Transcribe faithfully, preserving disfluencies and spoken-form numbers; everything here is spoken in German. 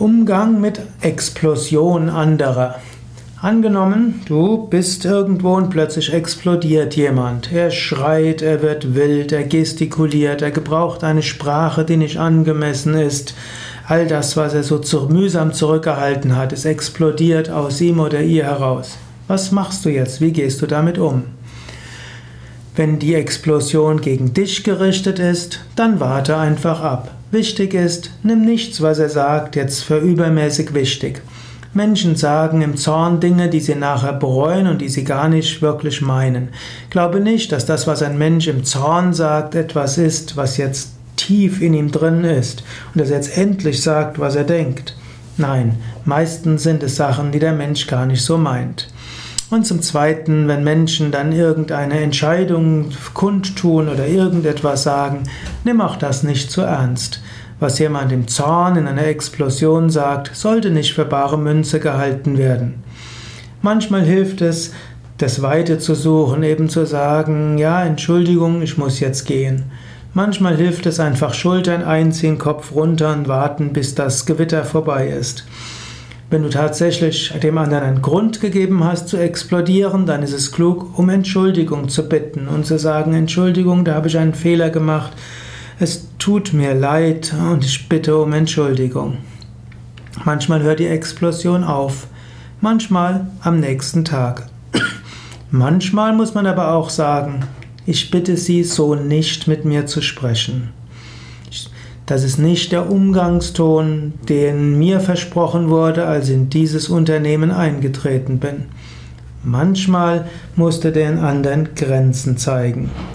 Umgang mit Explosion anderer. Angenommen, du bist irgendwo und plötzlich explodiert jemand. Er schreit, er wird wild, er gestikuliert, er gebraucht eine Sprache, die nicht angemessen ist. All das, was er so zu, mühsam zurückgehalten hat, ist explodiert aus ihm oder ihr heraus. Was machst du jetzt? Wie gehst du damit um? Wenn die Explosion gegen dich gerichtet ist, dann warte einfach ab. Wichtig ist, nimm nichts, was er sagt, jetzt für übermäßig wichtig. Menschen sagen im Zorn Dinge, die sie nachher bereuen und die sie gar nicht wirklich meinen. Glaube nicht, dass das, was ein Mensch im Zorn sagt, etwas ist, was jetzt tief in ihm drin ist und dass er jetzt endlich sagt, was er denkt. Nein, meistens sind es Sachen, die der Mensch gar nicht so meint. Und zum Zweiten, wenn Menschen dann irgendeine Entscheidung kundtun oder irgendetwas sagen, nimm auch das nicht zu ernst. Was jemand im Zorn in einer Explosion sagt, sollte nicht für bare Münze gehalten werden. Manchmal hilft es, das Weite zu suchen, eben zu sagen, ja, Entschuldigung, ich muss jetzt gehen. Manchmal hilft es einfach, Schultern einziehen, Kopf runter und warten, bis das Gewitter vorbei ist. Wenn du tatsächlich dem anderen einen Grund gegeben hast zu explodieren, dann ist es klug, um Entschuldigung zu bitten und zu sagen, Entschuldigung, da habe ich einen Fehler gemacht, es tut mir leid und ich bitte um Entschuldigung. Manchmal hört die Explosion auf, manchmal am nächsten Tag. Manchmal muss man aber auch sagen, ich bitte Sie, so nicht mit mir zu sprechen. Das ist nicht der Umgangston, den mir versprochen wurde, als ich in dieses Unternehmen eingetreten bin. Manchmal musst du den anderen Grenzen zeigen.